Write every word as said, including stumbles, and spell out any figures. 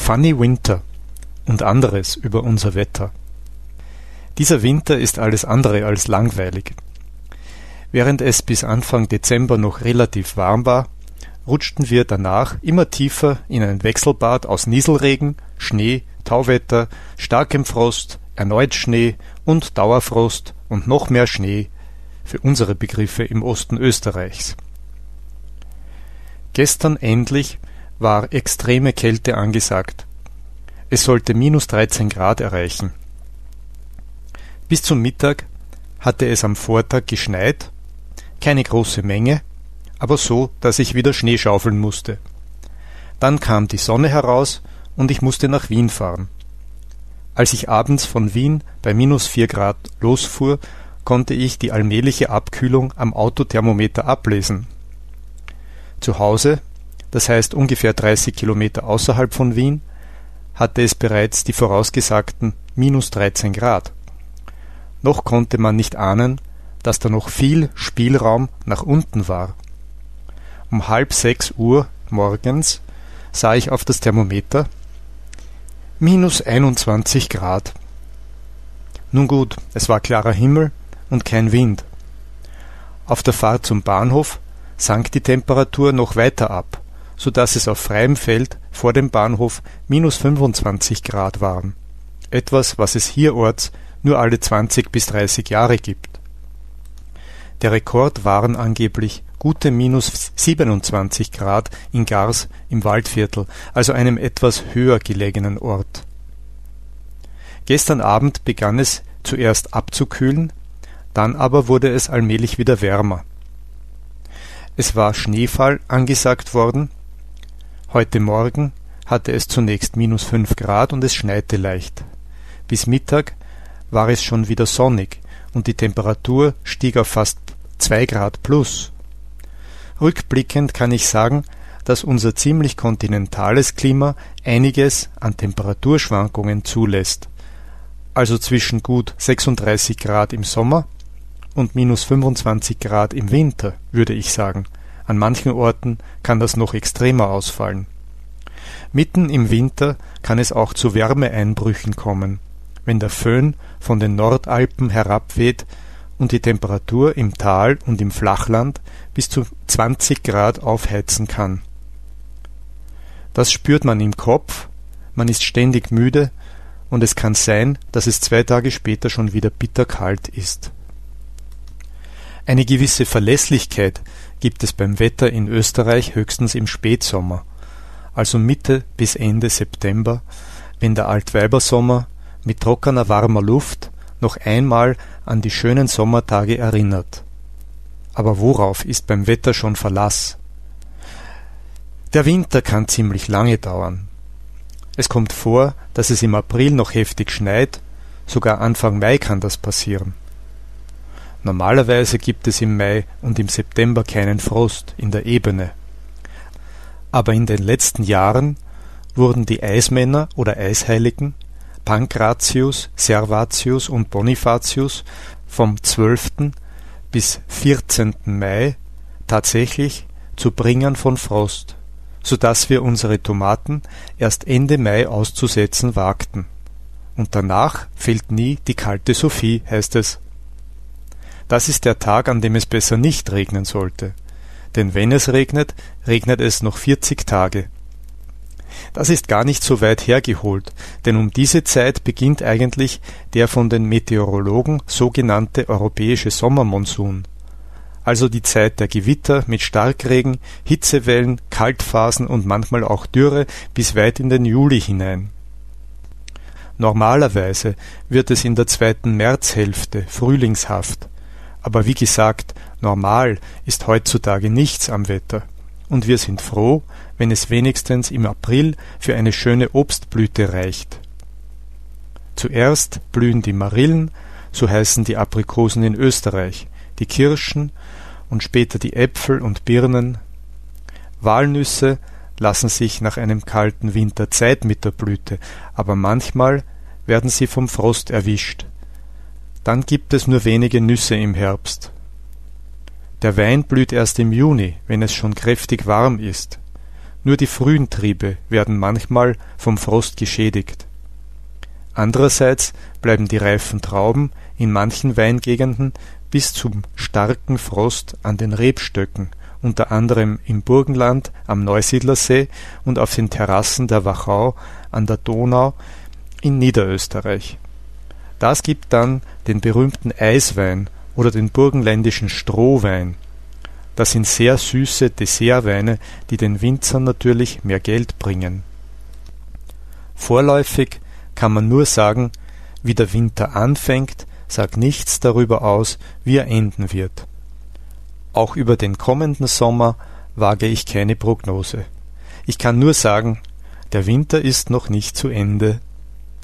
Funny Winter und anderes über unser Wetter. Dieser Winter ist alles andere als langweilig. Während es bis Anfang Dezember noch relativ warm war, rutschten wir danach immer tiefer in ein Wechselbad aus Nieselregen, Schnee, Tauwetter, starkem Frost, erneut Schnee und Dauerfrost und noch mehr Schnee für unsere Begriffe im Osten Österreichs. Gestern endlich war extreme Kälte angesagt. Es sollte minus dreizehn Grad erreichen. Bis zum Mittag hatte es am Vortag geschneit, keine große Menge, aber so, dass ich wieder Schnee schaufeln musste. Dann kam die Sonne heraus und ich musste nach Wien fahren. Als ich abends von Wien bei minus vier Grad losfuhr, konnte ich die allmähliche Abkühlung am Autothermometer ablesen. Zu Hause, das heißt ungefähr dreißig Kilometer außerhalb von Wien, hatte es bereits die vorausgesagten minus dreizehn Grad. Noch konnte man nicht ahnen, dass da noch viel Spielraum nach unten war. Um halb sechs Uhr morgens sah ich auf das Thermometer minus einundzwanzig Grad. Nun gut, es war klarer Himmel und kein Wind. Auf der Fahrt zum Bahnhof sank die Temperatur noch weiter ab, so dass es auf freiem Feld vor dem Bahnhof minus fünfundzwanzig Grad waren. Etwas, was es hierorts nur alle zwanzig bis dreißig Jahre gibt. Der Rekord waren angeblich gute minus siebenundzwanzig Grad in Gars im Waldviertel, also einem etwas höher gelegenen Ort. Gestern Abend begann es zuerst abzukühlen, dann aber wurde es allmählich wieder wärmer. Es war Schneefall angesagt worden. Heute Morgen hatte es zunächst minus fünf Grad und es schneite leicht. Bis Mittag war es schon wieder sonnig und die Temperatur stieg auf fast zwei Grad plus. Rückblickend kann ich sagen, dass unser ziemlich kontinentales Klima einiges an Temperaturschwankungen zulässt, also zwischen gut sechsunddreißig Grad im Sommer und minus fünfundzwanzig Grad im Winter, würde ich sagen. An manchen Orten kann das noch extremer ausfallen. Mitten im Winter kann es auch zu Wärmeeinbrüchen kommen, wenn der Föhn von den Nordalpen herabweht und die Temperatur im Tal und im Flachland bis zu zwanzig Grad aufheizen kann. Das spürt man im Kopf, man ist ständig müde und es kann sein, dass es zwei Tage später schon wieder bitterkalt ist. Eine gewisse Verlässlichkeit gibt es beim Wetter in Österreich höchstens im Spätsommer, also Mitte bis Ende September, wenn der Altweibersommer mit trockener warmer Luft noch einmal an die schönen Sommertage erinnert. Aber worauf ist beim Wetter schon Verlass? Der Winter kann ziemlich lange dauern. Es kommt vor, dass es im April noch heftig schneit, sogar Anfang Mai kann das passieren. Normalerweise gibt es im Mai und im September keinen Frost in der Ebene. Aber in den letzten Jahren wurden die Eismänner oder Eisheiligen Pankratius, Servatius und Bonifatius vom zwölften bis vierzehnten Mai tatsächlich zu Bringern von Frost, so dass wir unsere Tomaten erst Ende Mai auszusetzen wagten. Und danach fehlt nie die kalte Sophie, heißt es. Das ist der Tag, an dem es besser nicht regnen sollte, denn wenn es regnet, regnet es noch vierzig Tage. Das ist gar nicht so weit hergeholt, denn um diese Zeit beginnt eigentlich der von den Meteorologen sogenannte europäische Sommermonsun, also die Zeit der Gewitter mit Starkregen, Hitzewellen, Kaltphasen und manchmal auch Dürre bis weit in den Juli hinein. Normalerweise wird es in der zweiten Märzhälfte frühlingshaft, aber wie gesagt, normal ist heutzutage nichts am Wetter. Und wir sind froh, wenn es wenigstens im April für eine schöne Obstblüte reicht. Zuerst blühen die Marillen, so heißen die Aprikosen in Österreich, die Kirschen und später die Äpfel und Birnen. Walnüsse lassen sich nach einem kalten Winter Zeit mit der Blüte, aber manchmal werden sie vom Frost erwischt. Dann gibt es nur wenige Nüsse im Herbst. Der Wein blüht erst im Juni, wenn es schon kräftig warm ist. Nur die frühen Triebe werden manchmal vom Frost geschädigt. Andererseits bleiben die reifen Trauben in manchen Weingegenden bis zum starken Frost an den Rebstöcken, unter anderem im Burgenland, am Neusiedlersee und auf den Terrassen der Wachau an der Donau in Niederösterreich. Das gibt dann den berühmten Eiswein oder den burgenländischen Strohwein. Das sind sehr süße Dessertweine, die den Winzern natürlich mehr Geld bringen. Vorläufig kann man nur sagen, wie der Winter anfängt, sagt nichts darüber aus, wie er enden wird. Auch über den kommenden Sommer wage ich keine Prognose. Ich kann nur sagen, der Winter ist noch nicht zu Ende.